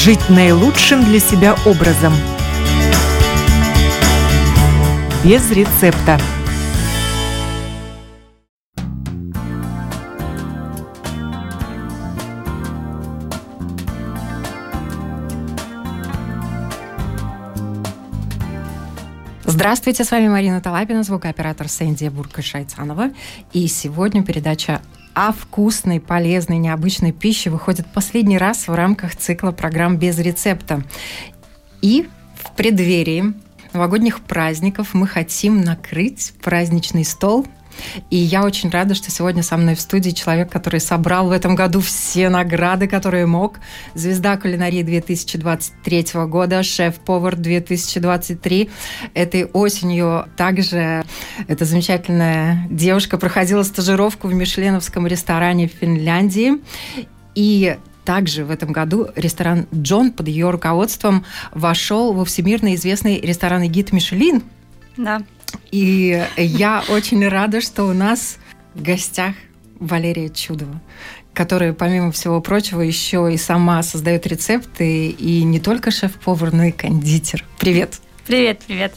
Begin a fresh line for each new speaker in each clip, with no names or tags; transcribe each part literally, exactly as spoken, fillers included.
Жить наилучшим для себя образом. Без рецепта.
Здравствуйте, с вами Марина Талапина, звукооператор Сэнди Бурка-Шайцанова. И сегодня передача о вкусной, полезной, необычной пище выходит последний раз в рамках цикла программ «Без рецепта». И в преддверии новогодних праздников мы хотим накрыть праздничный стол. И я очень рада, что сегодня со мной в студии человек, который собрал в этом году все награды, которые мог. Звезда кулинарии две тысячи двадцать третьего года, шеф-повар две тысячи двадцать три. Этой осенью также эта замечательная девушка проходила стажировку в мишленовском ресторане в Финляндии. И также в этом году ресторан «Джон» под ее руководством вошел во всемирно известный ресторанный гид «Мишелин».
Да.
И я очень рада, что у нас в гостях Валерия Чудова, которая, помимо всего прочего, еще и сама создает рецепты, и не только шеф-повар, но и кондитер. Привет!
Привет, привет!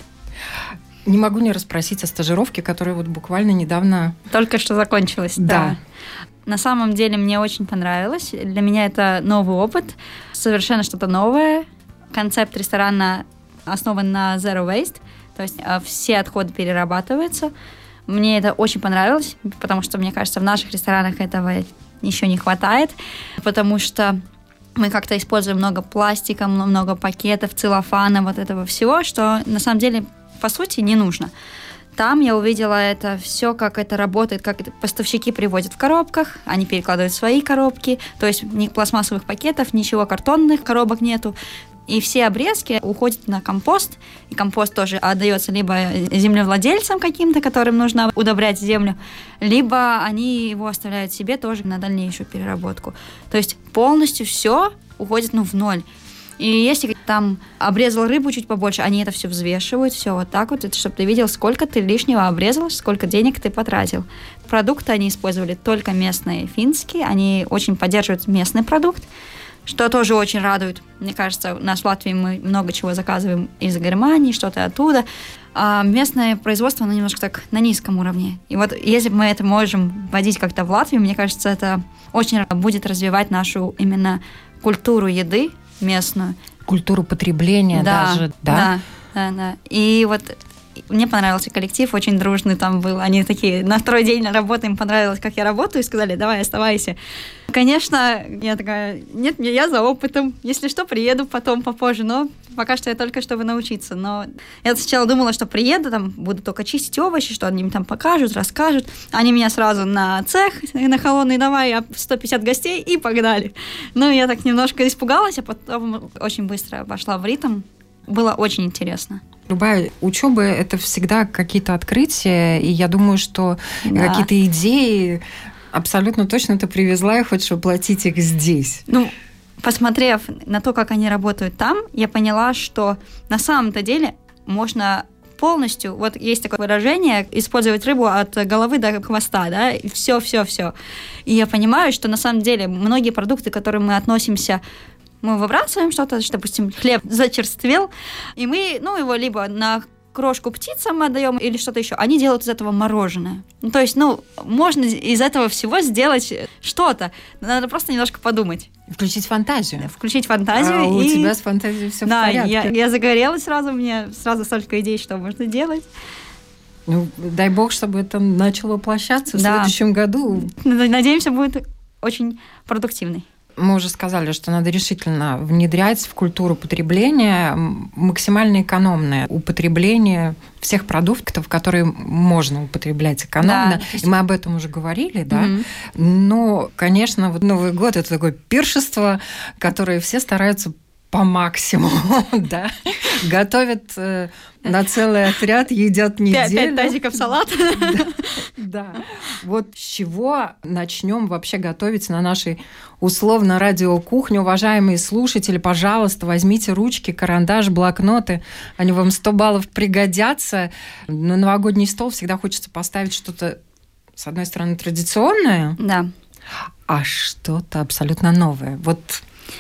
Не могу не расспросить о стажировке, которая вот буквально недавно...
Только что закончилась, да.
да.
На самом деле мне очень понравилось. Для меня это новый опыт, совершенно что-то новое. Концепт ресторана основан на Zero Waste, то есть все отходы перерабатываются. Мне это очень понравилось, потому что, мне кажется, в наших ресторанах этого еще не хватает, потому что мы как-то используем много пластика, много пакетов, целлофана, вот этого всего, что на самом деле, по сути, не нужно. Там я увидела это все, как это работает, как это поставщики привозят в коробках, они перекладывают свои коробки, то есть ни пластмассовых пакетов, ничего, картонных коробок нету. И все обрезки уходят на компост, и компост тоже отдается либо землевладельцам каким-то, которым нужно удобрять землю, либо они его оставляют себе тоже на дальнейшую переработку. То есть полностью все уходит ну, в ноль. И если там обрезал рыбу чуть побольше, они это все взвешивают, все вот так вот, чтобы ты видел, сколько ты лишнего обрезал, сколько денег ты потратил. Продукты они использовали только местные, финские, они очень поддерживают местный продукт, что тоже очень радует. Мне кажется, у нас в Латвии мы много чего заказываем из Германии, что-то оттуда. А местное производство, оно немножко так на низком уровне. И вот если мы это можем вводить как-то в Латвию, мне кажется, это очень будет развивать нашу именно культуру еды местную.
Культуру потребления
да,
даже, да?
Да, да, да. И вот мне понравился коллектив, очень дружный там был. Они такие, на второй день работы им понравилось, как я работаю, и сказали, давай, оставайся. Конечно, я такая, нет, я за опытом. Если что, приеду потом, попозже. Но пока что я только чтобы научиться. Но я сначала думала, что приеду, там буду только чистить овощи, что они мне там покажут, расскажут. Они меня сразу на цех, на холодный, давай, сто пятьдесят гостей, и погнали. Ну, я так немножко испугалась, а потом очень быстро вошла в ритм. Было очень интересно.
Любая учеба – это всегда какие-то открытия, и я думаю, что
да.
какие-то идеи абсолютно точно ты привезла и хочешь воплотить их здесь.
Ну, посмотрев на то, как они работают там, я поняла, что на самом-то деле можно полностью, вот есть такое выражение, использовать рыбу от головы до хвоста, да, и все-все-все. И я понимаю, что на самом деле многие продукты, к которым мы относимся, мы выбрасываем что-то, допустим, хлеб зачерствел, и мы, ну, его либо на крошку птицам отдаем или что-то еще. Они делают из этого мороженое. Ну, то есть, ну, можно из этого всего сделать что-то. Надо просто немножко подумать.
Включить фантазию.
Включить фантазию.
А у
и...
тебя с фантазией все
да,
в порядке.
Я, я загорелась сразу, мне сразу столько идей, что можно делать.
Ну, дай бог, чтобы это начало воплощаться в
да.
следующем году.
Надеемся, будет очень продуктивный.
Мы уже сказали, что надо решительно внедрять в культуру потребления максимально экономное употребление всех продуктов, которые можно употреблять экономно.
Да,
и мы об этом уже говорили, да.
Mm-hmm.
Но, конечно, вот Новый год – это такое пиршество, которое все стараются по максимуму, да, готовят э, на целый отряд, едят неделю.
Пять тазиков салата.
Да, да. Вот с чего начнем вообще готовить на нашей условно радиокухне? Уважаемые слушатели, пожалуйста, возьмите ручки, карандаш, блокноты. Они вам сто баллов пригодятся. На новогодний стол всегда хочется поставить что-то, с одной стороны, традиционное,
да.
а что-то абсолютно новое. Вот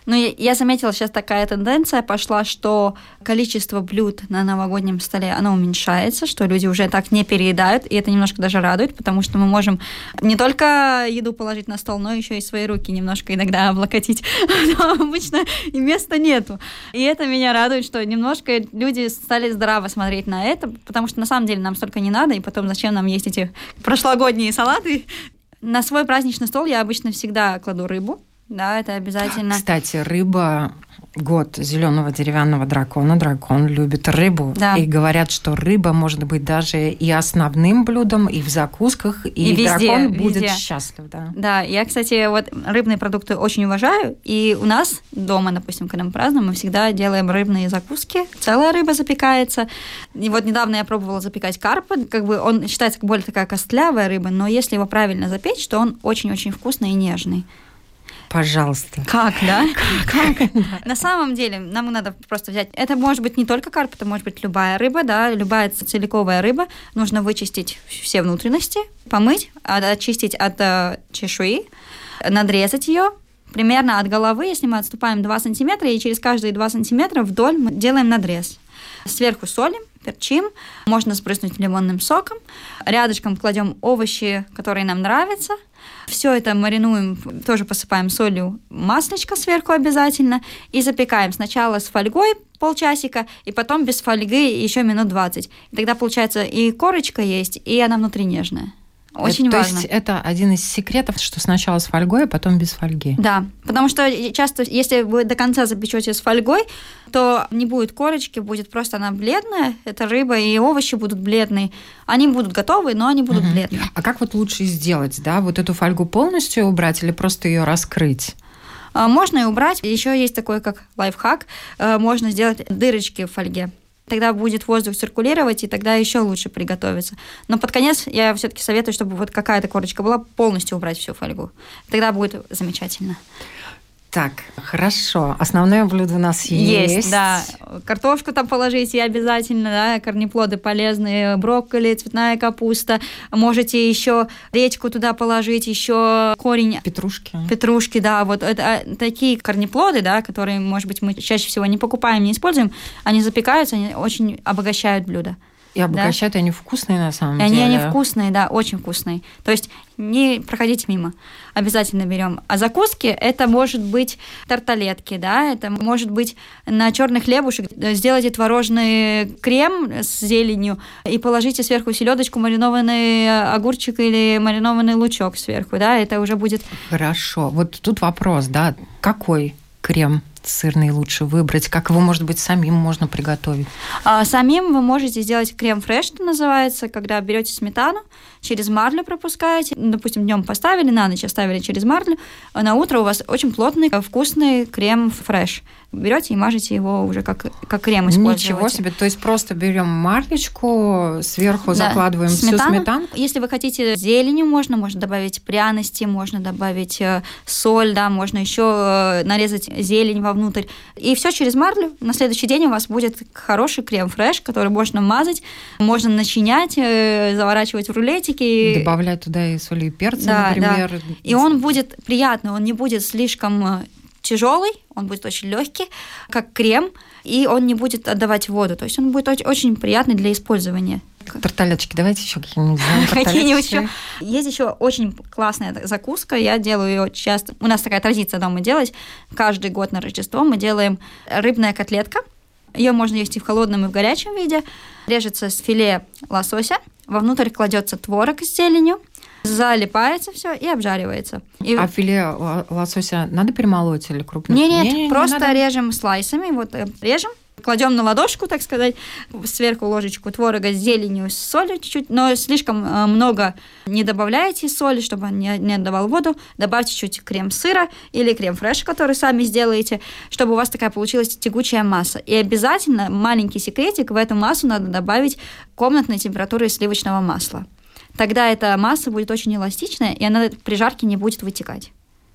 Ну, я заметила, сейчас такая тенденция пошла, что количество блюд на новогоднем столе, оно уменьшается, что люди уже так не переедают, и это немножко даже радует, потому что мы можем не только еду положить на стол, но еще и свои руки немножко иногда облокотить. Но обычно и места нету. И это меня радует, что немножко люди стали здраво смотреть на это, потому что на самом деле нам столько не надо, и потом зачем нам есть эти прошлогодние салаты. На свой праздничный стол я обычно всегда кладу рыбу. Да, это обязательно.
Кстати, рыба — год зеленого деревянного дракона. Дракон любит рыбу. Да. И говорят, что рыба может быть даже и основным блюдом, и в закусках, и, и везде, дракон везде. Будет счастлив. Да.
Да, я, кстати, вот рыбные продукты очень уважаю. И у нас дома, допустим, когда мы празднуем, мы всегда делаем рыбные закуски. Целая рыба запекается. И вот недавно я пробовала запекать карпа. Как бы он считается как более такая костлявая рыба, но если его правильно запечь, то он очень-очень вкусный и нежный.
Пожалуйста.
Как, да? Как? На самом деле, нам надо просто взять... Это может быть не только карп, это может быть любая рыба, да, любая целиковая рыба. Нужно вычистить все внутренности, помыть, очистить от э, чешуи, надрезать ее. Примерно от головы, если мы отступаем два сантиметра, и через каждые два сантиметра вдоль мы делаем надрез. Сверху солим, перчим, можно спрыснуть лимонным соком. Рядышком кладем овощи, которые нам нравятся. Все это маринуем, тоже посыпаем солью, маслечко сверху обязательно, и запекаем сначала с фольгой полчасика, и потом без фольги еще минут двадцать. И тогда, получается, и корочка есть, и она внутри нежная. Очень
это,
важно.
То есть это один из секретов, что сначала с фольгой, а потом без фольги.
Да, потому что часто, если вы до конца запечете с фольгой, то не будет корочки, будет просто она бледная, это рыба, и овощи будут бледные. Они будут готовы, но они будут угу. бледные.
А как вот лучше сделать, да? Вот эту фольгу полностью убрать или просто ее раскрыть?
Можно и убрать. Еще есть такой, как лайфхак. Можно сделать дырочки в фольге. Тогда будет воздух циркулировать, и тогда еще лучше приготовиться. Но под конец я все-таки советую, чтобы вот какая-то корочка была, полностью убрать всю фольгу. Тогда будет замечательно.
Так, хорошо. Основное блюдо у нас есть.
Есть, да. Картошку там положите обязательно, да, корнеплоды полезные, брокколи, цветная капуста. Можете еще редьку туда положить, еще корень
петрушки.
Петрушки, да. Вот это такие корнеплоды, да, которые, может быть, мы чаще всего не покупаем, не используем. Они запекаются, они очень обогащают блюдо.
И обогащают, да? Они вкусные на самом
они,
деле.
Они вкусные, да, очень вкусные. То есть не проходите мимо, обязательно берем. А закуски это может быть тарталетки, да, это может быть на черный хлебушек. Сделайте творожный крем с зеленью и положите сверху селедочку, маринованный огурчик или маринованный лучок сверху, да, это уже будет.
Хорошо. Вот тут вопрос, да, какой крем сырный лучше выбрать? Как его, может быть, самим можно приготовить?
А, самим вы можете сделать крем-фреш, что называется, когда берете сметану, через марлю пропускаете, допустим, днем поставили, на ночь оставили через марлю, а на утро у вас очень плотный, вкусный крем-фреш. Берете и мажете его уже как, как крем используете.
Ничего себе, то есть просто берем марлечку, сверху да. закладываем сметану. Всю сметанку.
Если вы хотите зеленью, можно, можно добавить пряности, можно добавить соль, да, можно еще нарезать зелень вовнутрь. И все через марлю. На следующий день у вас будет хороший крем-фреш, который можно мазать, можно начинять, заворачивать в рулетики.
Добавлять туда и соль, и перца,
да,
например.
Да. И он будет приятный, он не будет слишком тяжелый, он будет очень легкий, как крем, и он не будет отдавать воду. То есть он будет очень, очень приятный для использования.
Тарталеточки, давайте еще какие-нибудь.
Какие-нибудь еще. Есть еще очень классная закуска, я делаю ее часто. У нас такая традиция дома делать. Каждый год на Рождество мы делаем рыбная котлетка. Ее можно есть и в холодном, и в горячем виде. Режется с филе лосося, вовнутрь кладется творог с зеленью, залипается все и обжаривается. И...
А филе лосося надо перемолоть или крупно?
Нет, нет, не, просто не режем слайсами, вот режем, кладем на ладошку, так сказать, сверху ложечку творога с зеленью, с солью чуть-чуть, но слишком много не добавляйте соли, чтобы он не, не отдавал воду. Добавьте чуть крем-сыра или крем-фреш, который сами сделаете, чтобы у вас такая получилась тягучая масса. И обязательно маленький секретик, в эту массу надо добавить комнатной температуры сливочного масла. Тогда эта масса будет очень эластичная, и она при жарке не будет вытекать.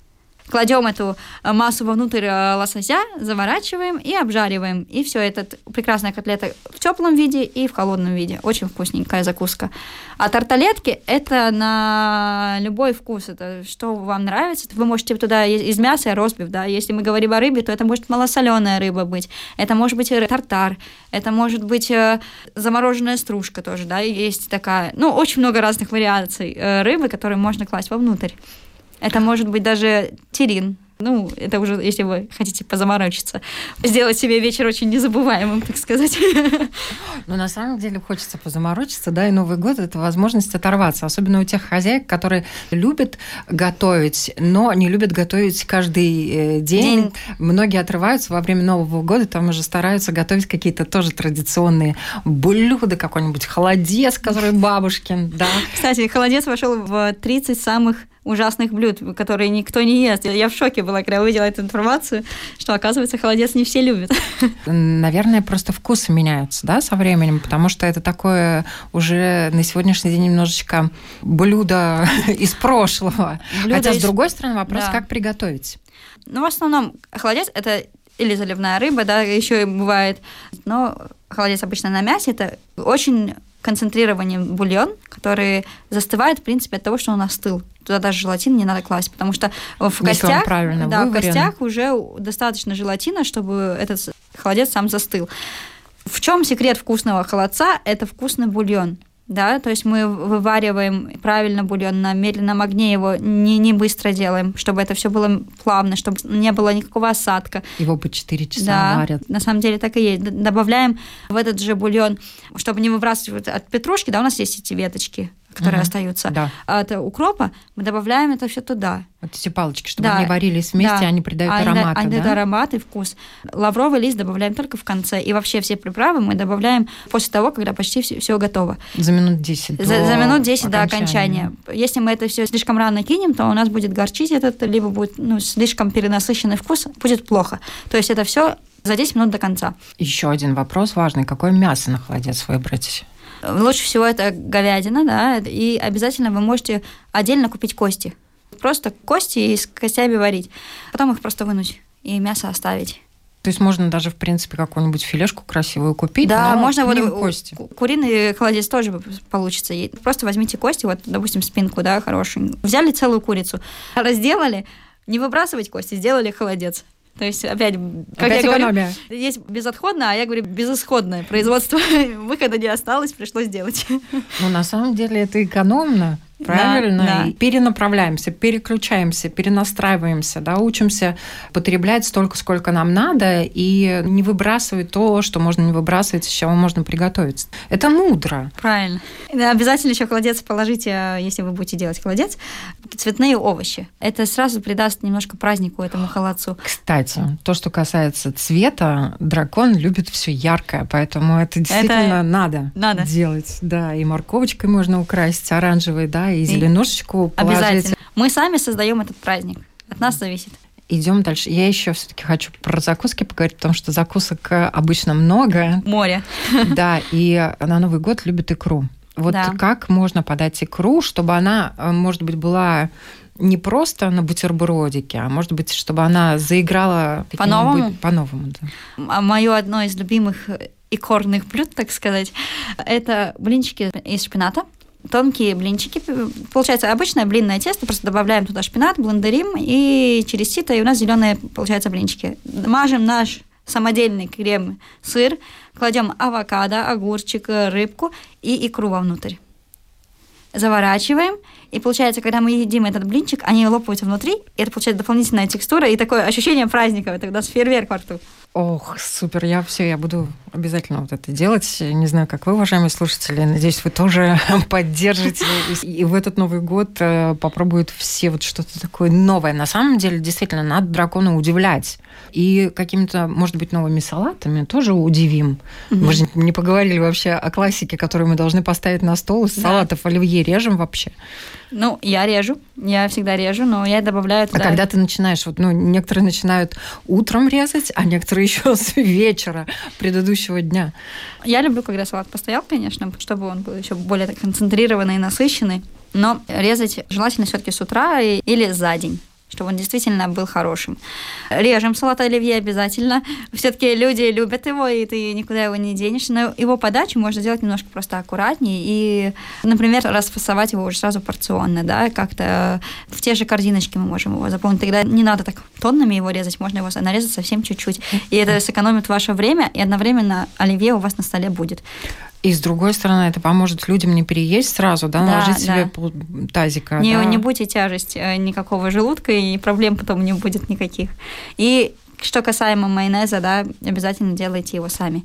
кладем эту массу вовнутрь лосося, заворачиваем и обжариваем. И все, это прекрасная котлета в теплом виде и в холодном виде. Очень вкусненькая закуска. А тарталетки – это на любой вкус. Это что вам нравится. Вы можете туда из мяса розбив, да. Если мы говорим о рыбе, то это может малосоленая рыба быть. Это может быть тартар. Это может быть замороженная стружка тоже, да. Есть такая, ну, очень много разных вариаций рыбы, которые можно класть вовнутрь. Это может быть даже терин. Ну, это уже, если вы хотите позаморочиться, сделать себе вечер очень незабываемым, так сказать.
Ну, на самом деле, хочется позаморочиться, да, и Новый год – это возможность оторваться. Особенно у тех хозяек, которые любят готовить, но не любят готовить каждый день. день. Многие отрываются во время Нового года, там уже стараются готовить какие-то тоже традиционные блюда, какой-нибудь холодец, который бабушкин, да.
Кстати, холодец вошел в тридцать самых ужасных блюд, которые никто не ест. Я в шоке была, когда увидела эту информацию, что, оказывается, холодец не все любят.
Наверное, просто вкусы меняются, да, со временем, потому что это такое уже на сегодняшний день немножечко блюдо из прошлого. Блюдо Хотя, из... с другой стороны, вопрос, да. Как приготовить?
Ну, в основном, холодец – это или заливная рыба, да, еще и бывает, но холодец обычно на мясе – это очень концентрированный бульон, который застывает, в принципе, от того, что он остыл. Туда даже желатин не надо класть, потому что в костях, да, в костях уже достаточно желатина, чтобы этот холодец сам застыл. В чем секрет вкусного холодца? Это вкусный бульон. Да, то есть мы вывариваем правильно бульон на медленном огне, его не, не быстро делаем, чтобы это все было плавно, чтобы не было никакого осадка.
Его по четыре часа
да,
варят.
На самом деле так и есть. Добавляем в этот же бульон, чтобы не выбрасывать от петрушки, да, у нас есть эти веточки, которые угу. остаются. Да. От укропа мы добавляем это все туда.
Вот эти палочки, чтобы да. они варились вместе, да. они придают
они,
аромат.
Они
да?
дают аромат и вкус. Лавровый лист добавляем только в конце. И вообще все приправы мы добавляем после того, когда почти все, все готово.
За минут десять до
За, за минут десять окончания. до окончания.
Да.
Если мы это все слишком рано кинем, то у нас будет горчить этот, либо будет ну, слишком перенасыщенный вкус, будет плохо. То есть это все за десять минут до конца.
Еще один вопрос важный. Какое мясо на холодец выбрать?
Лучше всего это говядина, да, и обязательно вы можете отдельно купить кости. Просто кости и с костями варить. Потом их просто вынуть и мясо оставить.
То есть можно даже, в принципе, какую-нибудь филешку красивую купить,
да,
но
можно вот
кости.
Куриный холодец тоже получится. Просто возьмите кости, вот, допустим, спинку, да, хорошую. Взяли целую курицу, разделали, не выбрасывать кости, сделали холодец. То есть, опять, как
опять
я
экономия.
Говорю, есть безотходное, а я говорю, безысходное производство. Выхода не осталось, пришлось делать.
Ну, на самом деле, это экономно. Правильно. Да, да. Перенаправляемся, переключаемся, перенастраиваемся, да, учимся потреблять столько, сколько нам надо, и не выбрасывать то, что можно не выбрасывать, из чего можно приготовить. Это мудро.
Правильно. Обязательно еще в холодец положите, если вы будете делать холодец, цветные овощи. Это сразу придаст немножко празднику этому холодцу.
Кстати, то, что касается цвета, дракон любит все яркое, поэтому это действительно это надо, надо делать. Да, и морковочкой можно украсить оранжевой, да, и зеленушечку положить.
Обязательно. Мы сами создаем этот праздник. От нас зависит.
Идем дальше. Я еще все-таки хочу про закуски поговорить, потому что закусок обычно много.
Море.
Да, и на Новый год любят икру. Вот да. Как можно подать икру, чтобы она, может быть, была не просто на бутербродике, а может быть, чтобы она заиграла
по-новому.
По-новому, да.
Мое одно из любимых икорных блюд, так сказать, это блинчики из шпината. Тонкие блинчики. Получается обычное блинное тесто, просто добавляем туда шпинат, блендерим, и через сито, и у нас зеленые получаются блинчики. Мажем наш самодельный крем, сыр, кладем авокадо, огурчик, рыбку и икру вовнутрь. Заворачиваем, и получается, когда мы едим этот блинчик, они лопаются внутри, и это получается дополнительная текстура и такое ощущение праздника. Это у нас фейерверк во рту.
Ох, супер, я все, я буду обязательно вот это делать. Не знаю, как вы, уважаемые слушатели, надеюсь, вы тоже поддержите и в этот Новый год попробуют все вот что-то такое новое. На самом деле, действительно, надо дракона удивлять. И какими-то, может быть, новыми салатами тоже удивим. Mm-hmm. Мы же не поговорили вообще о классике, которую мы должны поставить на стол. Из да. салатов оливье режем вообще?
Ну, я режу, я всегда режу, но я добавляю туда...
А когда ты начинаешь, вот, ну, некоторые начинают утром резать, а некоторые еще с вечера предыдущего дня.
Я люблю, когда салат постоял, конечно, чтобы он был еще более так концентрированный и насыщенный, но резать желательно все-таки с утра или за день. чтобы он действительно был хорошим. Режем салат оливье обязательно. Все-таки люди любят его, и ты никуда его не денешь. Но его подачу можно делать немножко просто аккуратнее и, например, расфасовать его уже сразу порционно, да, как-то в те же корзиночки мы можем его заполнить. Тогда не надо так тоннами его резать, можно его нарезать совсем чуть-чуть. И это сэкономит ваше время, и одновременно оливье у вас на столе будет.
И с другой стороны, это поможет людям не переесть сразу, да,
да
наложить
да.
себе полтазика.
Не,
да.
не будьте тяжесть никакого желудка, и проблем потом не будет никаких. И что касаемо майонеза, да, обязательно делайте его сами.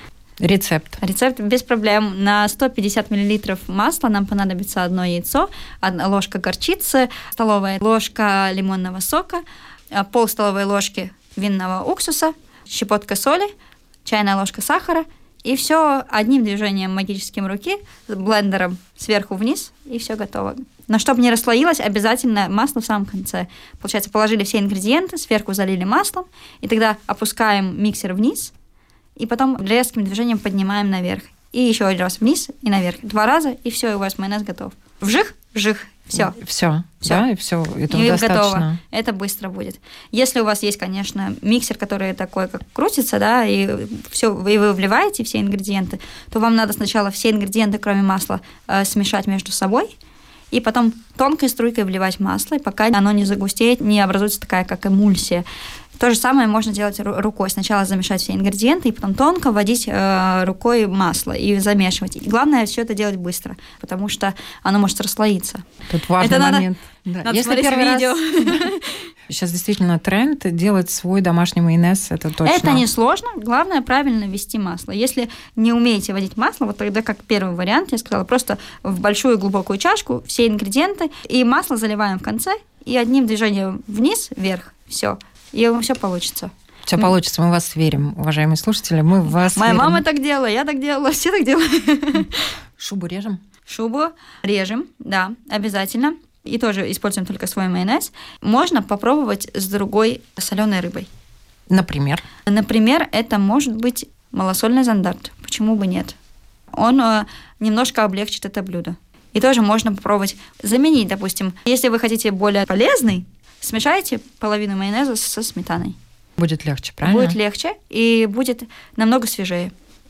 Рецепт.
Рецепт без проблем. На сто пятьдесят миллилитров масла нам понадобится одно яйцо, одна ложка горчицы, столовая ложка лимонного сока, пол столовой ложки винного уксуса, щепотка соли, чайная ложка сахара. И все одним движением магическим руки, с блендером сверху вниз, и все готово. Но чтобы не расслоилось, обязательно масло в самом конце. Получается, положили все ингредиенты, сверху залили маслом, и тогда опускаем миксер вниз, и потом резким движением поднимаем наверх. И еще один раз вниз и наверх. Два раза, и все, и у вас майонез готов. Вжих, вжих. Все.
Все.
Все.
Да, и все. Этого
и
достаточно.
Готово. Это быстро будет. Если у вас есть, конечно, миксер, который такой, как крутится, да, и все, и вы вливаете все ингредиенты, то вам надо сначала все ингредиенты, кроме масла, э, смешать между собой, и потом тонкой струйкой вливать масло, и пока оно не загустеет, не образуется такая, как эмульсия. То же самое можно делать рукой. Сначала замешать все ингредиенты, и потом тонко вводить э, рукой масло и замешивать. И главное все это делать быстро, потому что оно может расслоиться.
Тут важный
это
момент.
Надо,
да.
надо
Если
смотреть
первый
видео.
Раз... Сейчас действительно тренд делать свой домашний майонез, это точно.
Это не сложно, главное правильно ввести масло. Если не умеете вводить масло, вот тогда как первый вариант, я сказала, просто в большую глубокую чашку все ингредиенты, и масло заливаем в конце, и одним движением вниз, вверх, все. И все получится.
Все получится, мы в вас верим, уважаемые слушатели, мы в вас
Моя
верим.
мама так делала, я так делала, все так делают.
Шубу режем?
Шубу режем, да, обязательно. И тоже используем только свой майонез. Можно попробовать с другой соленой рыбой.
Например?
Например, это может быть малосольный зандарт. Почему бы нет? Он немножко облегчит это блюдо. И тоже можно попробовать заменить, допустим, если вы хотите более полезный, смешайте половину майонеза со сметаной.
Будет легче, правильно?
Будет легче и будет намного свежее.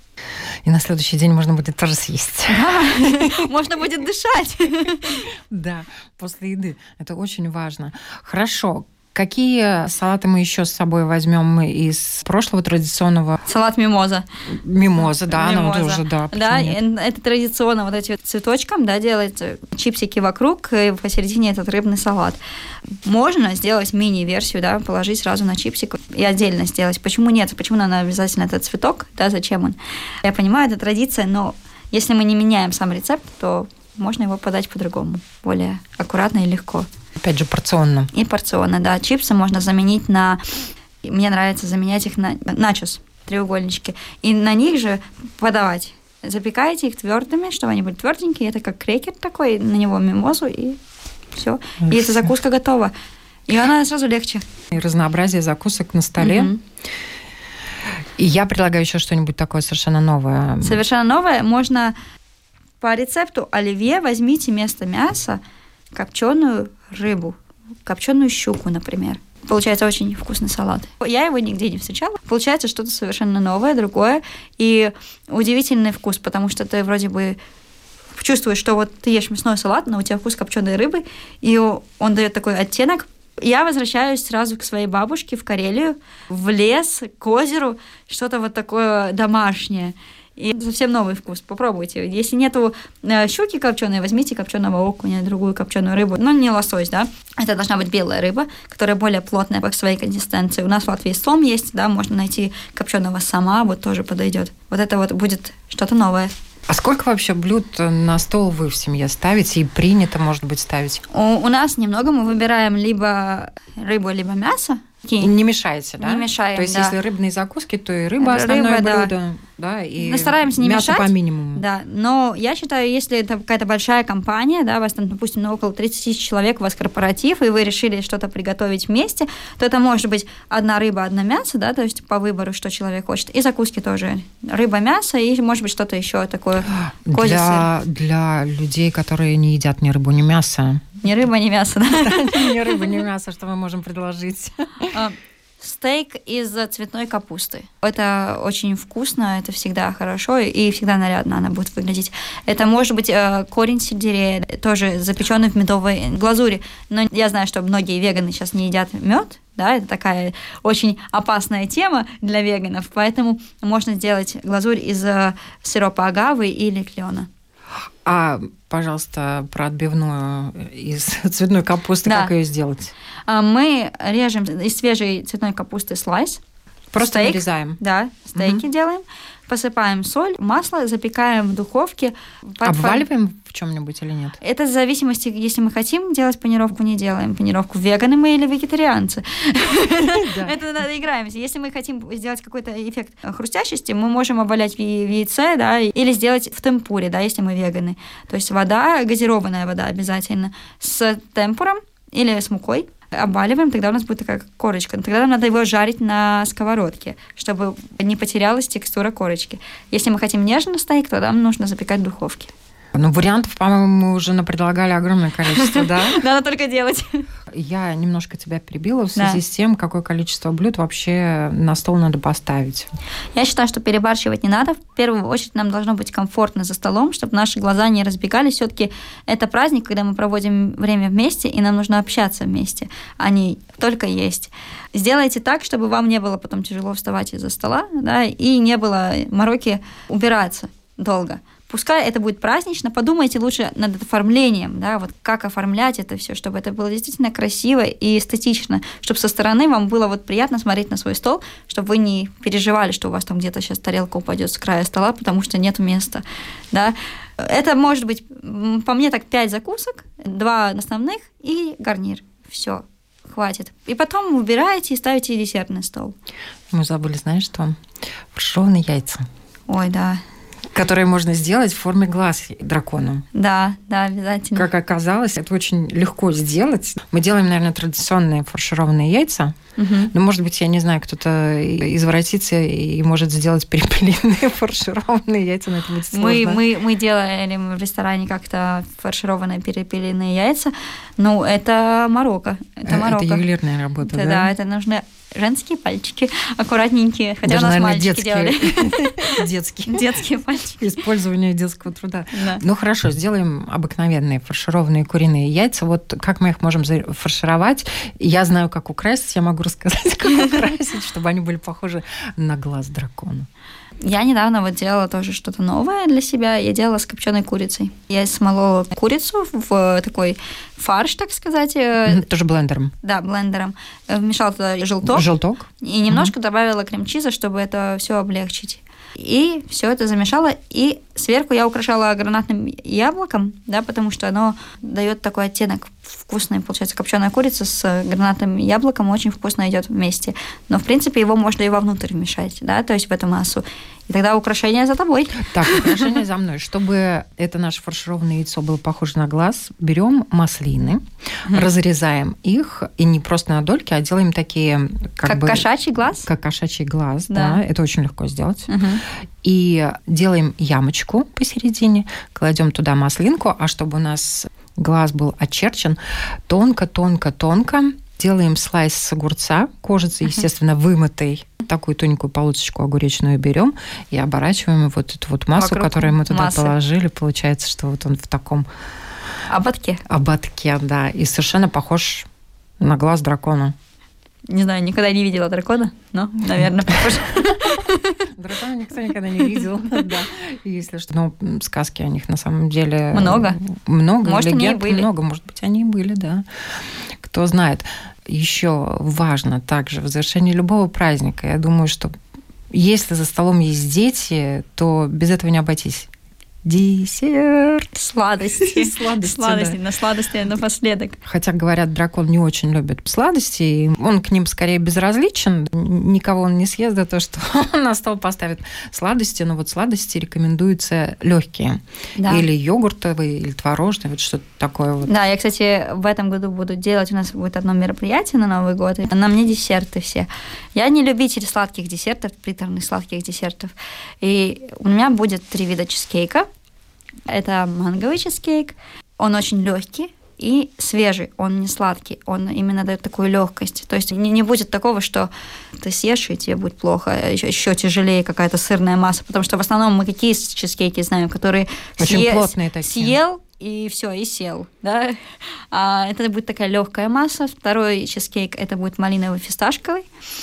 И на следующий день можно будет тоже съесть.
Да, можно будет дышать.
Да, после еды. Это очень важно. Хорошо. Какие салаты мы еще с собой возьмем из прошлого традиционного?
Салат мимоза.
Мимоза, да,
мимоза.
она уже, да.
Да, это традиционно вот эти вот цветочком, да, делается чипсики вокруг, и посередине этот рыбный салат. Можно сделать мини-версию, да, положить сразу на чипсик и отдельно сделать. Почему нет? Почему надо обязательно этот цветок? Да, зачем он? Я понимаю, это традиция, но если мы не меняем сам рецепт, то можно его подать по-другому, более аккуратно и легко.
Опять же, порционно.
И порционно, да. Чипсы можно заменить на... Мне нравится заменять их на начос, треугольнички. И на них же подавать. Запекаете их твердыми, чтобы они были тверденькие. Это как крекер такой, на него мимозу, и все. И эта закуска готова. И она сразу легче.
И разнообразие закусок на столе. Mm-hmm. И я предлагаю еще что-нибудь такое совершенно новое.
Совершенно новое. Можно по рецепту оливье возьмите вместо мяса копченую рыбу, копченую щуку, например. Получается очень вкусный салат. Я его нигде не встречала. Получается что-то совершенно новое, другое. И удивительный вкус, потому что ты вроде бы чувствуешь, что вот ты ешь мясной салат, но у тебя вкус копченой рыбы, и он дает такой оттенок. Я возвращаюсь сразу к своей бабушке в Карелию, в лес, к озеру, что-то вот такое домашнее. И совсем новый вкус. Попробуйте. Если нету щуки копченой, возьмите копченого окуня, другую копченую рыбу. Но не лосось, да. Это должна быть белая рыба, которая более плотная по своей консистенции. У нас в Латвии сом есть, да, можно найти копченого сома, вот тоже подойдет. Вот это вот будет что-то новое.
А сколько вообще блюд на стол вы в семье ставите и принято, может быть, ставить?
У, у нас немного. Мы выбираем либо рыбу, либо мясо.
И не мешаете, да?
Не мешаем,
То есть,
да.
если рыбные закуски, то и рыба основное
рыба,
блюдо,
да.
да, и
мы стараемся не
мясо
мешать,
по минимуму.
Да, но я считаю, если это какая-то большая компания, да, у вас там, допустим, ну, около тридцать тысяч человек, у вас корпоратив, и вы решили что-то приготовить вместе, то это может быть одна рыба, одна мясо, да, то есть по выбору, что человек хочет. И закуски тоже. Рыба, мясо и, может быть, что-то еще такое.
Для, для людей, которые не едят ни рыбу, ни мясо,
Ни рыба, ни мясо.
Ни рыба, ни мясо, что мы можем предложить.
Стейк из цветной капусты. Это очень вкусно, это всегда хорошо и всегда нарядно она будет выглядеть. Это может быть корень сельдерея, тоже запеченный в медовой глазури. Но я знаю, что многие веганы сейчас не едят мед. Да, это такая очень опасная тема для веганов, поэтому можно сделать глазурь из сиропа агавы или клена.
А, пожалуйста, про отбивную из цветной капусты, да. Как ее сделать?
Мы режем из свежей цветной капусты слайс.
Просто
стейк,
нарезаем?
Да, стейки угу. делаем. Посыпаем соль, масло, запекаем в духовке.
Обваливаем в чем-нибудь или нет?
Это в зависимости, если мы хотим делать панировку, не делаем панировку. Веганы мы или вегетарианцы. Это надо играемся. Если мы хотим сделать какой-то эффект хрустящести, мы можем обвалять в яйце, да, или сделать в темпуре, да, если мы веганы. То есть вода, газированная вода обязательно, с темпуром или с мукой. Обваливаем, тогда у нас будет такая корочка. Тогда нам надо его жарить на сковородке, чтобы не потерялась текстура корочки. Если мы хотим нежный стейк, то нам нужно запекать в духовке.
Ну, вариантов, по-моему, мы уже напредлагали огромное количество, да?
Надо только делать.
Я немножко тебя перебила в связи с тем, какое количество блюд вообще на стол надо поставить.
Я считаю, что перебарщивать не надо. В первую очередь нам должно быть комфортно за столом, чтобы наши глаза не разбегались. Все-таки это праздник, когда мы проводим время вместе, и нам нужно общаться вместе, а не только есть. Сделайте так, чтобы вам не было потом тяжело вставать из-за стола, да, и не было мороки убираться долго. Пускай это будет празднично, подумайте лучше над оформлением, да, вот как оформлять это все, чтобы это было действительно красиво и эстетично, чтобы со стороны вам было вот приятно смотреть на свой стол, чтобы вы не переживали, что у вас там где-то сейчас тарелка упадет с края стола, потому что нет места, да. Это может быть, по мне, так пять закусок, два основных и гарнир. Все, хватит. И потом убираете и ставите десертный стол.
Мы забыли, знаешь что? Фаршированные яйца.
Ой, да.
Которые можно сделать в форме глаз дракона.
Да, да, обязательно.
Как оказалось, это очень легко сделать. Мы делаем, наверное, традиционные фаршированные яйца. Угу. Но, может быть, я не знаю, кто-то извратится и может сделать перепелиные фаршированные яйца, но это будет сложно.
Мы, мы, мы делали в ресторане как-то фаршированные перепелиные яйца. Ну, это Марокко. Это Марокко.
Это ювелирная работа,
да?
Да,
это нужны женские пальчики, аккуратненькие. Хотя
даже,
у нас
наверное,
мальчики
детские,
делали.
Детские.
Детские пальчики.
Использование детского труда.
Да.
Ну, хорошо, сделаем обыкновенные фаршированные куриные яйца. Вот как мы их можем фаршировать? Я знаю, как украсить. Я могу рассказать, как украсить, чтобы они были похожи на глаз дракона.
Я недавно вот делала тоже что-то новое для себя. Я делала с копченой курицей. Я смолола курицу в такой фарш, так сказать.
Тоже блендером?
Да, блендером. Вмешала туда желток.
Желток.
И немножко mm-hmm. добавила крем-чиза, чтобы это все облегчить. И все это замешала. И сверху я украшала гранатным яблоком, да, потому что оно дает такой оттенок вкусный. Получается, копченая курица с гранатным яблоком очень вкусно идет вместе. Но, в принципе, его можно и вовнутрь вмешать, да, то есть в эту массу. И тогда украшение за тобой.
Так, украшение за мной. Чтобы это наше фаршированное яйцо было похоже на глаз, берем маслины, mm-hmm. разрезаем их, и не просто на дольки, а делаем такие... Как,
как
бы,
кошачий глаз?
Как кошачий глаз,
да.
да. Это очень легко сделать.
Mm-hmm.
И делаем ямочку посередине, кладем туда маслинку, а чтобы у нас глаз был очерчен, тонко-тонко-тонко делаем слайс с огурца, кожицы, естественно, вымытой. Такую тоненькую полосочку огуречную берем и оборачиваем вот эту вот массу, Вокруг которую мы туда массы. положили. Получается, что вот он в таком...
Ободке.
Ободке, да. И совершенно похож на глаз дракона.
Не знаю, никогда не видела дракона, но, наверное, похож.
Дракона никто никогда не видел. Да. Если что, ну, сказки о них на самом деле...
Много.
Много.
Может,
легенд,
они и были.
Много, может быть, они и были, да. Кто знает. Еще важно также в завершении любого праздника, я думаю, что если за столом есть дети, то без этого не обойтись. Десерт.
Сладости.
Сладости,
сладости
да.
На сладости напоследок.
Хотя, говорят, дракон не очень любит сладости, и он к ним скорее безразличен. Никого он не съест за то, что он на стол поставит сладости, но вот сладости рекомендуются легкие. Да. Или йогуртовые, или творожные, вот что-то такое. Вот.
Да, я, кстати, в этом году буду делать, у нас будет одно мероприятие на Новый год, и на мне десерты все. Я не любитель сладких десертов, приторных сладких десертов. И у меня будет три вида чизкейка. Это манговый чизкейк. Он очень легкий, и свежий, он не сладкий, он именно дает такую легкость. То есть не, не будет такого, что ты съешь, и тебе будет плохо, еще, еще тяжелее какая-то сырная масса, потому что в основном мы какие чизкейки знаем, которые
очень
съел,
плотные такие.
съел, и все, и сел, да. А это будет такая легкая масса. Второй чизкейк это будет малиново-фисташковый.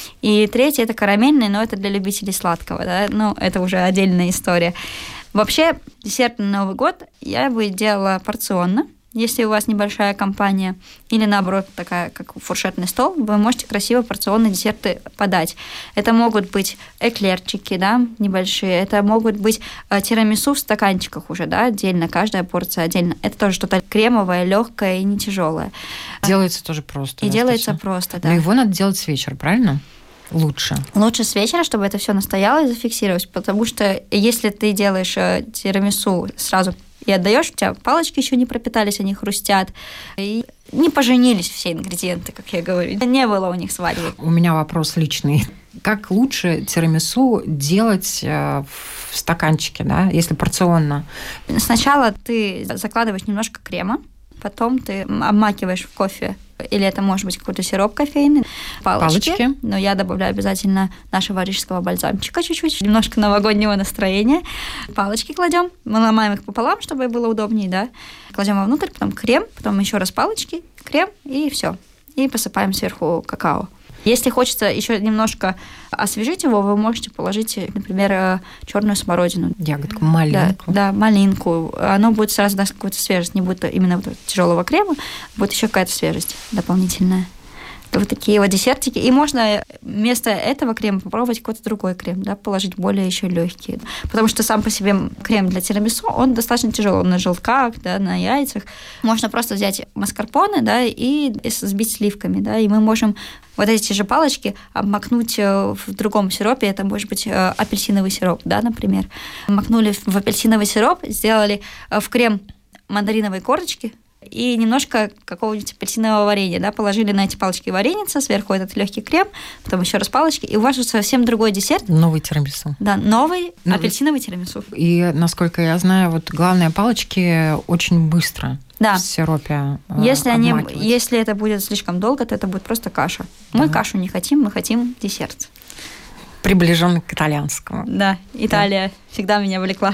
И третий это карамельный, но это для любителей сладкого, да. Ну, это уже отдельная история. Вообще, десерт на Новый год я бы делала порционно. Если у вас небольшая компания или, наоборот, такая, как фуршетный стол, вы можете красиво порционные десерты подать. Это могут быть эклерчики, да, небольшие, это могут быть э, тирамису в стаканчиках уже, да, отдельно, каждая порция отдельно. Это тоже что-то кремовое, легкое и не тяжелое.
Делается тоже просто.
И
да,
делается
точно.
просто, да.
Но его надо делать с вечера, правильно? Лучше.
Лучше с вечера, чтобы это все настояло и зафиксировалось, потому что если ты делаешь э, тирамису сразу и отдаешь, у тебя палочки еще не пропитались, они хрустят. И не поженились все ингредиенты, как я говорю. Не было у них свадьбы.
У меня вопрос личный. Как лучше тирамису делать в стаканчике, да, если порционно?
Сначала ты закладываешь немножко крема, потом ты обмакиваешь в кофе, или это может быть какой-то сироп кофейный, палочки. палочки. Но я добавляю обязательно нашего рижского бальзамчика чуть-чуть, немножко новогоднего настроения. Палочки кладем, мы ломаем их пополам, чтобы было удобнее, да. Кладем вовнутрь, потом крем, потом еще раз палочки, крем и все. И посыпаем сверху какао. Если хочется еще немножко освежить его, вы можете положить, например, черную смородину.
Ягодку, малинку.
Да, да, малинку. Оно будет сразу даст какую-то свежесть. Не будет именно вот тяжелого крема, будет еще какая-то свежесть дополнительная. Вот такие вот десертики. И можно вместо этого крема попробовать какой-то другой крем, да, положить более еще легкий. Потому что сам по себе крем для тирамису, он достаточно тяжелый, он на желтках, да, на яйцах. Можно просто взять маскарпоне, да, и сбить сливками, да, и мы можем вот эти же палочки обмакнуть в другом сиропе, это может быть апельсиновый сироп, да, например. Макнули в апельсиновый сироп, сделали в крем мандариновые корочки, и немножко какого-нибудь апельсинового варенья, да, положили на эти палочки вареница, сверху этот легкий крем, потом еще раз палочки, и у вас уже совсем другой десерт.
Новый тирамису.
Да, новый ну, апельсиновый тирамису.
И, насколько я знаю, вот главное, палочки очень быстро
да.
в сиропе
если, они, если это будет слишком долго, то это будет просто каша. Мы да. кашу не хотим, мы хотим десерт.
Приближенный к итальянскому.
Да, Италия да. всегда меня влекла.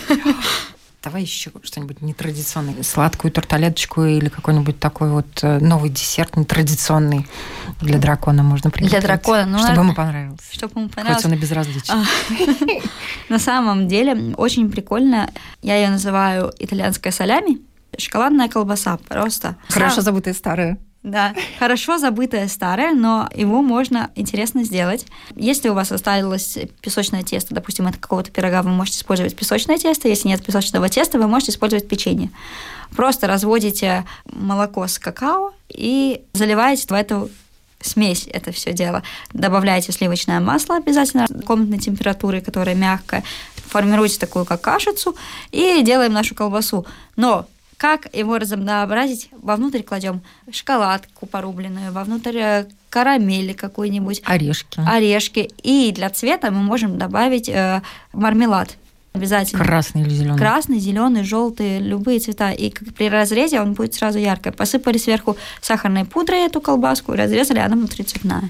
Давай еще что-нибудь нетрадиционное. Сладкую тарталеточку или какой-нибудь такой вот новый десерт нетрадиционный для дракона можно приготовить.
Для дракона, ну,
чтобы ему понравилось.
Чтобы ему понравилось.
Хоть он и безразличен.
На самом деле очень прикольно. Я ее называю итальянская салями. Шоколадная колбаса просто.
Хорошо забытая старая.
Да, хорошо забытое старое, но его можно интересно сделать. Если у вас осталось песочное тесто, допустим, от какого-то пирога, вы можете использовать песочное тесто. Если нет песочного теста, вы можете использовать печенье. Просто разводите молоко с какао и заливаете в эту смесь это все дело. Добавляете сливочное масло обязательно комнатной температуры, которая мягкая. Формируете такую как кашицу и делаем нашу колбасу. Но как его разнообразить? Вовнутрь кладем шоколадку порубленную, вовнутрь карамели какой-нибудь.
Орешки.
Орешки. И для цвета мы можем добавить э, мармелад. Обязательно.
Красный или зеленый?
Красный, зеленый, желтый, любые цвета. И при разрезе он будет сразу яркий. Посыпали сверху сахарной пудрой эту колбаску, разрезали, она внутри цветная.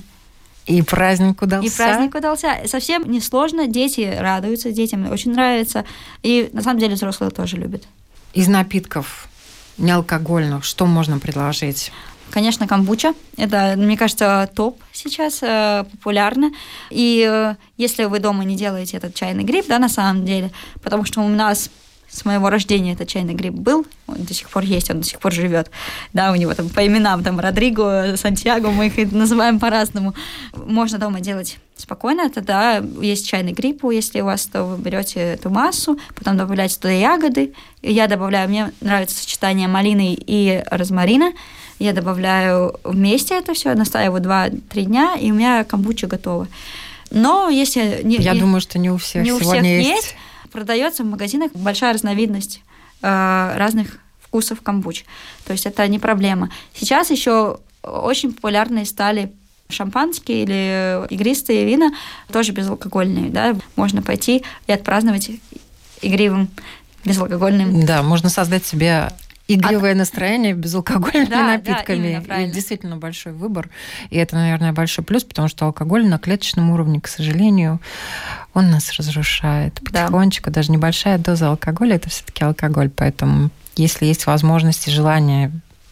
И праздник удался.
И праздник удался. Совсем несложно. Дети радуются, детям очень нравится. И на самом деле взрослые тоже любят.
Из напитков неалкогольных что можно предложить?
Конечно, камбуча. Это, мне кажется, топ сейчас, э, популярно. И э, если вы дома не делаете этот чайный гриб, да, на самом деле, потому что у нас с моего рождения этот чайный гриб был, он до сих пор есть, он до сих пор живет. Да, у него там по именам, там Родриго, Сантьяго, мы их называем по-разному. Можно дома делать спокойно, тогда есть чайный гриб, если у вас, то вы берете эту массу, потом добавляете туда ягоды. Я добавляю, мне нравится сочетание малины и розмарина. Я добавляю вместе это все, настаиваю два-три дня, и у меня камбуча готова. Но если... Не,
Я
не,
думаю, что не у всех
не у
сегодня
всех
есть.
есть. Продается в магазинах большая разновидность э, разных вкусов камбуч. То есть это не проблема. Сейчас еще очень популярны стали шампанские или игристые вина, тоже безалкогольные. Да? Можно пойти и отпраздновать игривым безалкогольным.
Да, можно создать себе Игривое а... настроение безалкогольными
да,
напитками.
Да,
и действительно большой выбор. И это, наверное, большой плюс, потому что алкоголь на клеточном уровне, к сожалению, он нас разрушает потихонечку. Да. Даже небольшая доза алкоголя – это все-таки алкоголь. Поэтому, если есть возможность и желание...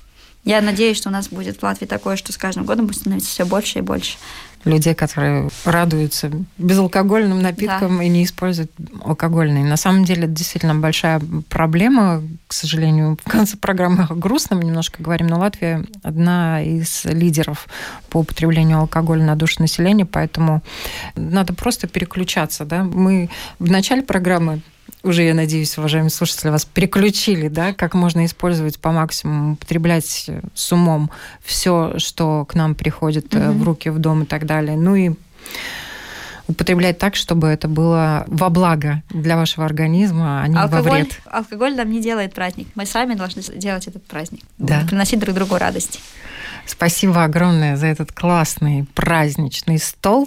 Я надеюсь, что у нас будет в Латвии такое, что с каждым годом будет становиться все больше и больше.
Людей, которые радуются безалкогольным напиткам, да, и не используют алкогольные. На самом деле, это действительно большая проблема. К сожалению, в конце программы грустно мы немножко говорим, но Латвия одна из лидеров по употреблению алкоголя на душу населения, поэтому надо просто переключаться. Да? Мы в начале программы уже, я надеюсь, уважаемые слушатели, вас переключили, да, как можно использовать по максимуму, употреблять с умом все, что к нам приходит mm-hmm. в руки, в дом и так далее. Ну и употреблять так, чтобы это было во благо для вашего организма, а не алкоголь, во вред.
Алкоголь нам не делает праздник. Мы сами должны делать этот праздник.
Да.
Приносить друг другу радости.
Спасибо огромное за этот классный праздничный стол.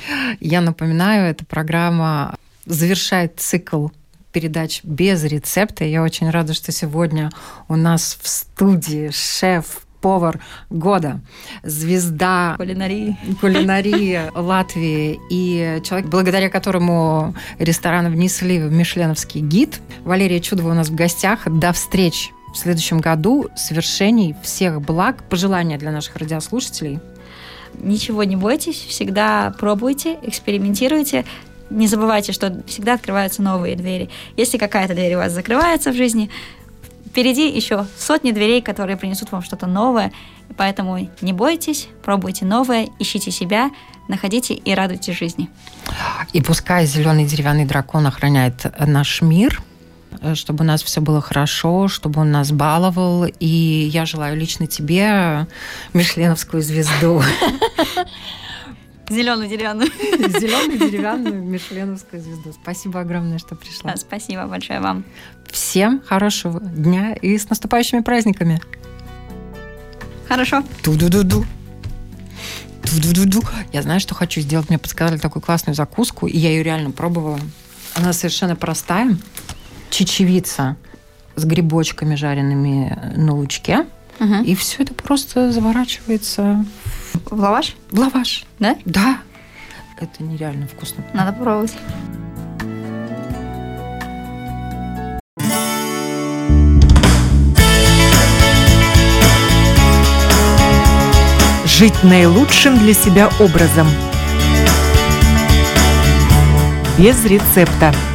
Я напоминаю, эта программа завершает цикл передач без рецепта. Я очень рада, что сегодня у нас в студии шеф-повар года, звезда
кулинарии,
кулинарии Латвии и человек, благодаря которому рестораны внесли в мишленовский гид. Валерия Чудова у нас в гостях. До встречи в следующем году. Свершений, всех благ. Пожелания для наших радиослушателей.
Ничего не бойтесь, всегда пробуйте, экспериментируйте. Не забывайте, что всегда открываются новые двери. Если какая-то дверь у вас закрывается в жизни, впереди еще сотни дверей, которые принесут вам что-то новое. Поэтому не бойтесь, пробуйте новое, ищите себя, находите и радуйте жизни.
И пускай зеленый деревянный дракон охраняет наш мир, чтобы у нас все было хорошо, чтобы он нас баловал. И я желаю лично тебе мишленовскую звезду.
Зеленую деревянную.
Зеленую деревянную мишленовскую звезду. Спасибо огромное, что пришла.
Да, спасибо большое вам.
Всем хорошего дня и с наступающими праздниками.
Хорошо.
Ту-ду-ду-ду. Ту-ду-ду-ду. Я знаю, что хочу сделать. Мне подсказали такую классную закуску, и я ее реально пробовала. Она совершенно простая. Чечевица с грибочками жареными на лучке. Угу. И все это просто заворачивается
в лаваш?
В лаваш.
Да?
Да. Это нереально вкусно.
Надо попробовать.
Жить наилучшим для себя образом. Без рецепта.